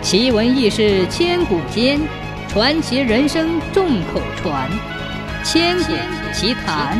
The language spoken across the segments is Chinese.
奇闻异事千古间，传奇人生众口传。千古奇谈。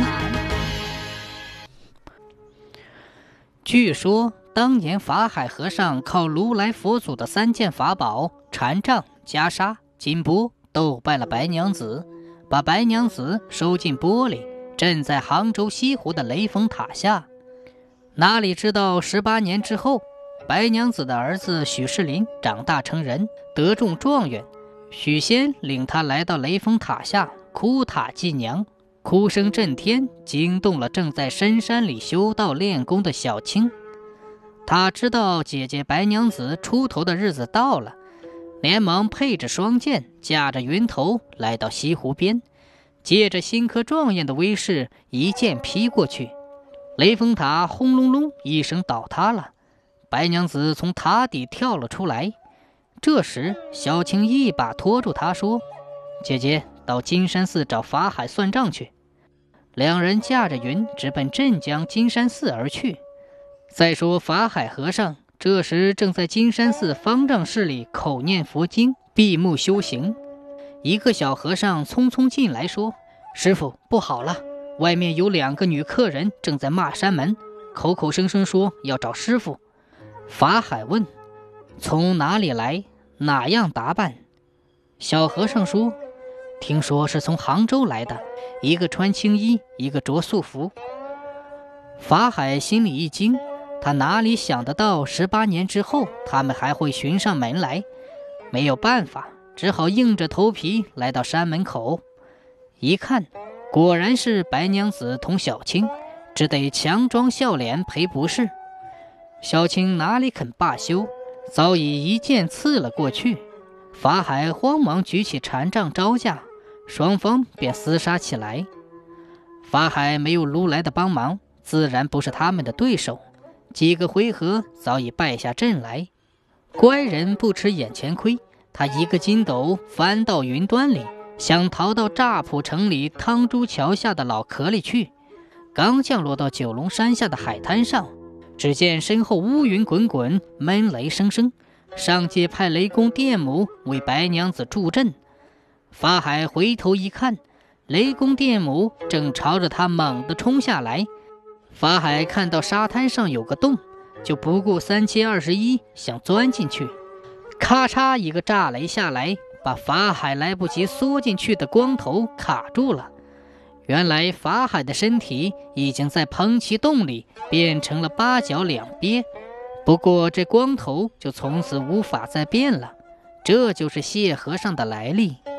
据说当年法海和尚靠如来佛祖的3件法宝禅杖、袈裟、金钵斗败了白娘子，把白娘子收进钵里，镇在杭州西湖的雷峰塔下。哪里知道18年之后，白娘子的儿子许世林长大成人，得中状元。许仙领他来到雷峰塔下，哭塔祭娘，哭声震天，惊动了正在深山里修道练功的小青。他知道姐姐白娘子出头的日子到了，连忙配着双剑，驾着云头来到西湖边，借着新科状元的威势，一剑劈过去。雷峰塔轰隆隆一声倒塌了，白娘子从塔底跳了出来。这时小青一把拖住她说：姐姐，到金山寺找法海算账去。两人驾着云直奔镇江金山寺而去。再说法海和尚这时正在金山寺方丈室里口念佛经，闭目修行。一个小和尚匆匆进来说：师父，不好了，外面有2个女客人正在骂山门，口口声声说要找师父。法海问：从哪里来，哪样打扮？小和尚说：听说是从杭州来的，一个穿青衣，一个着素服。法海心里一惊，他哪里想得到18年之后他们还会寻上门来，没有办法，只好硬着头皮来到山门口。一看，果然是白娘子同小青，只得强装笑脸赔不是。小青哪里肯罢休，早已一剑刺了过去。法海慌忙举起禅杖招架，双方便厮杀起来。法海没有如来的帮忙，自然不是他们的对手，几个回合早已败下阵来。乖人不吃眼前亏，他一个筋斗翻到云端里，想逃到乍浦城里汤珠桥下的老壳里去。刚降落到九龙山下的海滩上，只见身后乌云滚滚，闷雷声声，上界派雷公电母为白娘子助阵。法海回头一看，雷公电母正朝着他猛地冲下来。法海看到沙滩上有个洞，就不顾3七21，想钻进去。咔嚓一个炸雷下来，把法海来不及缩进去的光头卡住了。原来法海的身体已经在彭奇洞里变成了8角2鳖，不过这光头就从此无法再变了。这就是谢和尚的来历。